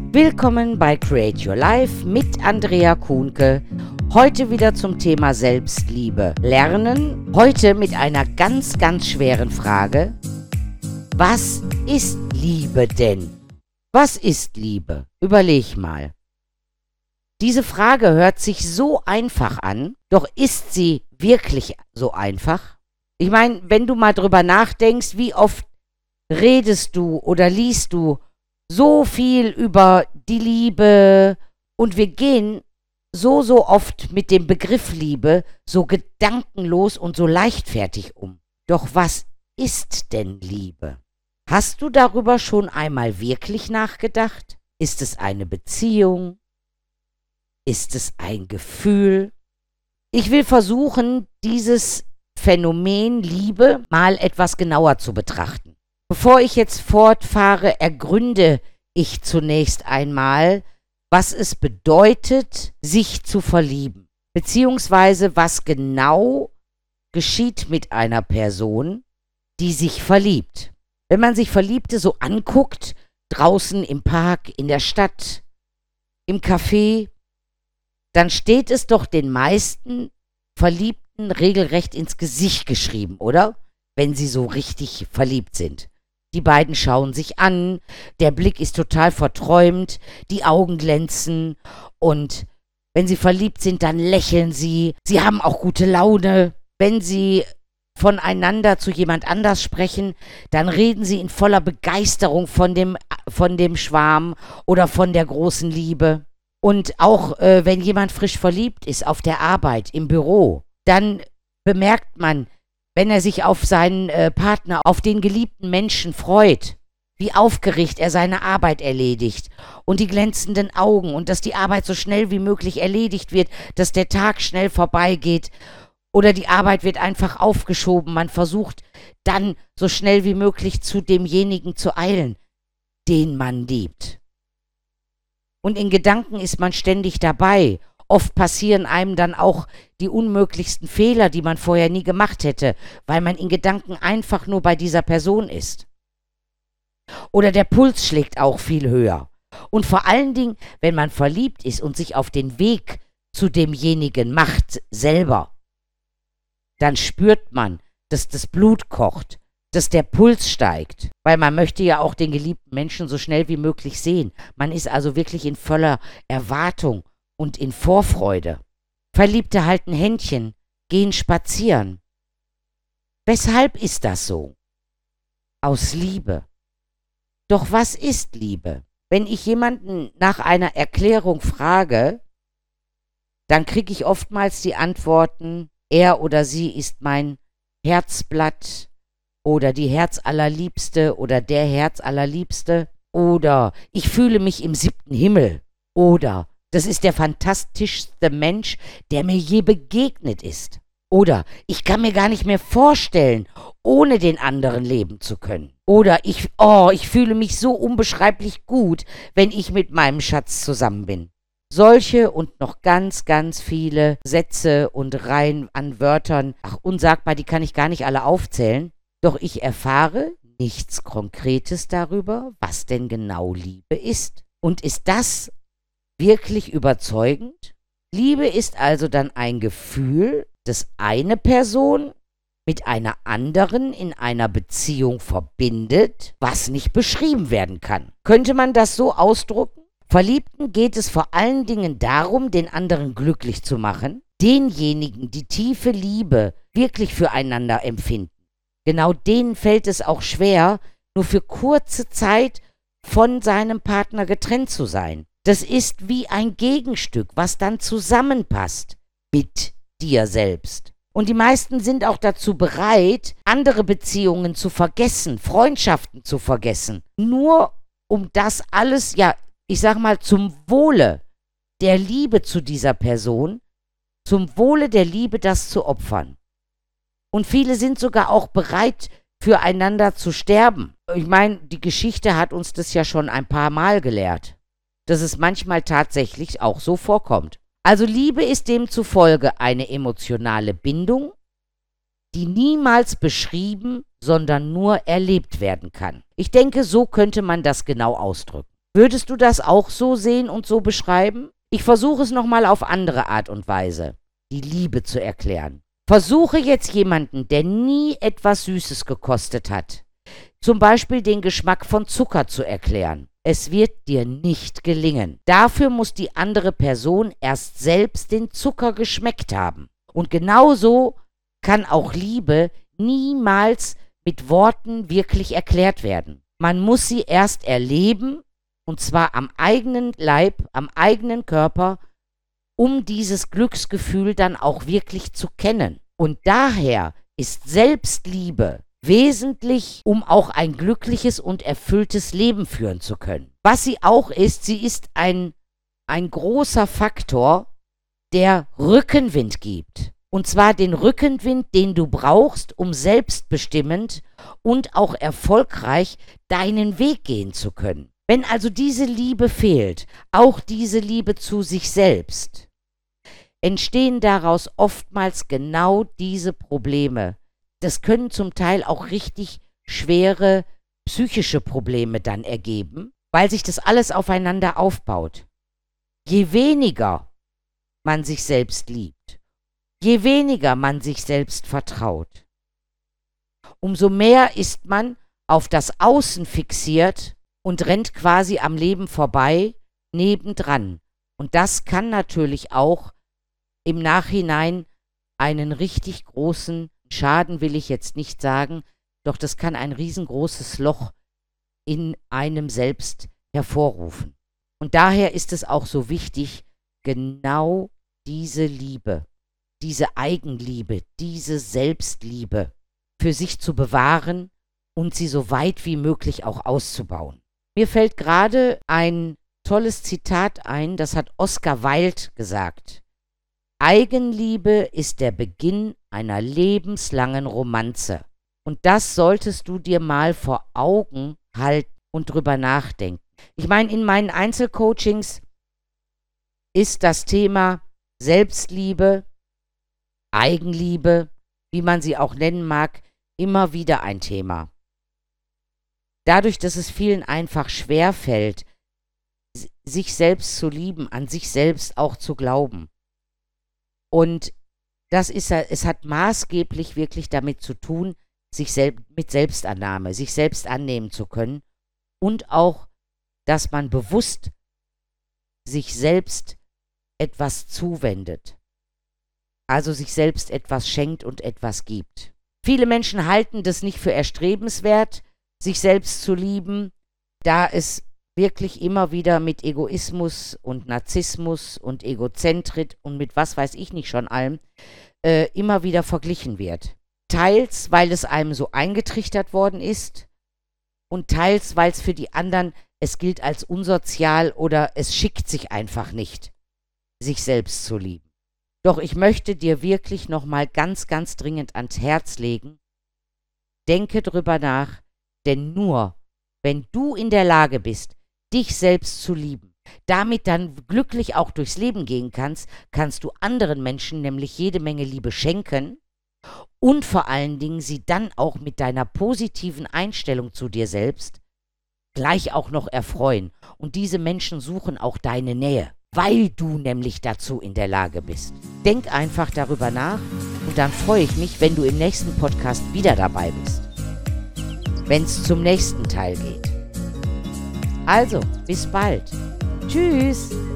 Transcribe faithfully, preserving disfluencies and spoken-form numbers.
Willkommen bei Create Your Life mit Andrea Kuhnke. Heute wieder zum Thema Selbstliebe lernen. Heute mit einer ganz, ganz schweren Frage. Was ist Liebe denn? Was ist Liebe? Überleg mal. Diese Frage hört sich so einfach an, doch ist sie wirklich so einfach? Ich meine, wenn du mal drüber nachdenkst, wie oft redest du oder liest du so viel über die Liebe und wir gehen so, so oft mit dem Begriff Liebe so gedankenlos und so leichtfertig um. Doch was ist denn Liebe? Hast du darüber schon einmal wirklich nachgedacht? Ist es eine Beziehung? Ist es ein Gefühl? Ich will versuchen, dieses Phänomen Liebe mal etwas genauer zu betrachten. Bevor ich jetzt fortfahre, ergründe ich zunächst einmal, was es bedeutet, sich zu verlieben, beziehungsweise was genau geschieht mit einer Person, die sich verliebt. Wenn man sich Verliebte so anguckt, draußen im Park, in der Stadt, im Café, dann steht es doch den meisten Verliebten regelrecht ins Gesicht geschrieben, oder? Wenn sie so richtig verliebt sind. Die beiden schauen sich an, der Blick ist total verträumt, die Augen glänzen und wenn sie verliebt sind, dann lächeln sie. Sie haben auch gute Laune. Wenn sie voneinander zu jemand anders sprechen, dann reden sie in voller Begeisterung von dem, von dem Schwarm oder von der großen Liebe. Und auch äh, wenn jemand frisch verliebt ist auf der Arbeit, im Büro, dann bemerkt man, wenn er sich auf seinen äh, Partner, auf den geliebten Menschen freut, wie aufgeregt er seine Arbeit erledigt und die glänzenden Augen und dass die Arbeit so schnell wie möglich erledigt wird, dass der Tag schnell vorbeigeht oder die Arbeit wird einfach aufgeschoben. Man versucht dann so schnell wie möglich zu demjenigen zu eilen, den man liebt. Und in Gedanken ist man ständig dabei. Oft passieren einem dann auch die unmöglichsten Fehler, die man vorher nie gemacht hätte, weil man in Gedanken einfach nur bei dieser Person ist. Oder der Puls schlägt auch viel höher. Und vor allen Dingen, wenn man verliebt ist und sich auf den Weg zu demjenigen macht, selber, dann spürt man, dass das Blut kocht, dass der Puls steigt, weil man möchte ja auch den geliebten Menschen so schnell wie möglich sehen. Man ist also wirklich in voller Erwartung und in Vorfreude. Verliebte halten Händchen, gehen spazieren. Weshalb ist das so? Aus Liebe. Doch was ist Liebe? Wenn ich jemanden nach einer Erklärung frage, dann kriege ich oftmals die Antworten, er oder sie ist mein Herzblatt oder die Herzallerliebste oder der Herzallerliebste oder ich fühle mich im siebten Himmel oder das ist der fantastischste Mensch, der mir je begegnet ist. Oder ich kann mir gar nicht mehr vorstellen, ohne den anderen leben zu können. Oder ich, oh, ich fühle mich so unbeschreiblich gut, wenn ich mit meinem Schatz zusammen bin. Solche und noch ganz, ganz viele Sätze und Reihen an Wörtern, ach unsagbar, die kann ich gar nicht alle aufzählen. Doch ich erfahre nichts Konkretes darüber, was denn genau Liebe ist. Und ist das wirklich überzeugend? Liebe ist also dann ein Gefühl, das eine Person mit einer anderen in einer Beziehung verbindet, was nicht beschrieben werden kann. Könnte man das so ausdrucken? Verliebten geht es vor allen Dingen darum, den anderen glücklich zu machen, denjenigen, die tiefe Liebe wirklich füreinander empfinden. Genau denen fällt es auch schwer, nur für kurze Zeit von seinem Partner getrennt zu sein. Das ist wie ein Gegenstück, was dann zusammenpasst mit dir selbst. Und die meisten sind auch dazu bereit, andere Beziehungen zu vergessen, Freundschaften zu vergessen. Nur um das alles, ja, ich sag mal, zum Wohle der Liebe zu dieser Person, zum Wohle der Liebe das zu opfern. Und viele sind sogar auch bereit, füreinander zu sterben. Ich meine, die Geschichte hat uns das ja schon ein paar Mal gelehrt, dass es manchmal tatsächlich auch so vorkommt. Also Liebe ist demzufolge eine emotionale Bindung, die niemals beschrieben, sondern nur erlebt werden kann. Ich denke, so könnte man das genau ausdrücken. Würdest du das auch so sehen und so beschreiben? Ich versuche es nochmal auf andere Art und Weise, die Liebe zu erklären. Versuche jetzt jemanden, der nie etwas Süßes gekostet hat, zum Beispiel den Geschmack von Zucker zu erklären. Es wird dir nicht gelingen. Dafür muss die andere Person erst selbst den Zucker geschmeckt haben. Und genauso kann auch Liebe niemals mit Worten wirklich erklärt werden. Man muss sie erst erleben, und zwar am eigenen Leib, am eigenen Körper, um dieses Glücksgefühl dann auch wirklich zu kennen. Und daher ist Selbstliebe wesentlich, um auch ein glückliches und erfülltes Leben führen zu können. Was sie auch ist, sie ist ein, ein großer Faktor, der Rückenwind gibt. Und zwar den Rückenwind, den du brauchst, um selbstbestimmend und auch erfolgreich deinen Weg gehen zu können. Wenn also diese Liebe fehlt, auch diese Liebe zu sich selbst, entstehen daraus oftmals genau diese Probleme. Das können zum Teil auch richtig schwere psychische Probleme dann ergeben, weil sich das alles aufeinander aufbaut. Je weniger man sich selbst liebt, je weniger man sich selbst vertraut, umso mehr ist man auf das Außen fixiert und rennt quasi am Leben vorbei, nebendran. Und das kann natürlich auch im Nachhinein einen richtig großen Schaden, will ich jetzt nicht sagen, doch das kann ein riesengroßes Loch in einem selbst hervorrufen. Und daher ist es auch so wichtig, genau diese Liebe, diese Eigenliebe, diese Selbstliebe für sich zu bewahren und sie so weit wie möglich auch auszubauen. Mir fällt gerade ein tolles Zitat ein, das hat Oscar Wilde gesagt. Eigenliebe ist der Beginn einer lebenslangen Romanze. Und das solltest du dir mal vor Augen halten und drüber nachdenken. Ich meine, in meinen Einzelcoachings ist das Thema Selbstliebe, Eigenliebe, wie man sie auch nennen mag, immer wieder ein Thema. Dadurch, dass es vielen einfach schwerfällt, sich selbst zu lieben, an sich selbst auch zu glauben. Und das ist, es hat maßgeblich wirklich damit zu tun, sich selbst, mit Selbstannahme, sich selbst annehmen zu können und auch, dass man bewusst sich selbst etwas zuwendet. Also sich selbst etwas schenkt und etwas gibt. Viele Menschen halten das nicht für erstrebenswert, sich selbst zu lieben, da es wirklich immer wieder mit Egoismus und Narzissmus und Egozentrik und mit was weiß ich nicht schon allem äh, immer wieder verglichen wird. Teils, weil es einem so eingetrichtert worden ist und teils, weil es für die anderen, es gilt als unsozial oder es schickt sich einfach nicht, sich selbst zu lieben. Doch ich möchte dir wirklich nochmal ganz, ganz dringend ans Herz legen, denke drüber nach, denn nur, wenn du in der Lage bist, dich selbst zu lieben, damit dann glücklich auch durchs Leben gehen kannst, kannst du anderen Menschen nämlich jede Menge Liebe schenken und vor allen Dingen sie dann auch mit deiner positiven Einstellung zu dir selbst gleich auch noch erfreuen. Und diese Menschen suchen auch deine Nähe, weil du nämlich dazu in der Lage bist. Denk einfach darüber nach und dann freue ich mich, wenn du im nächsten Podcast wieder dabei bist, wenn es zum nächsten Teil geht. Also, bis bald. Tschüss.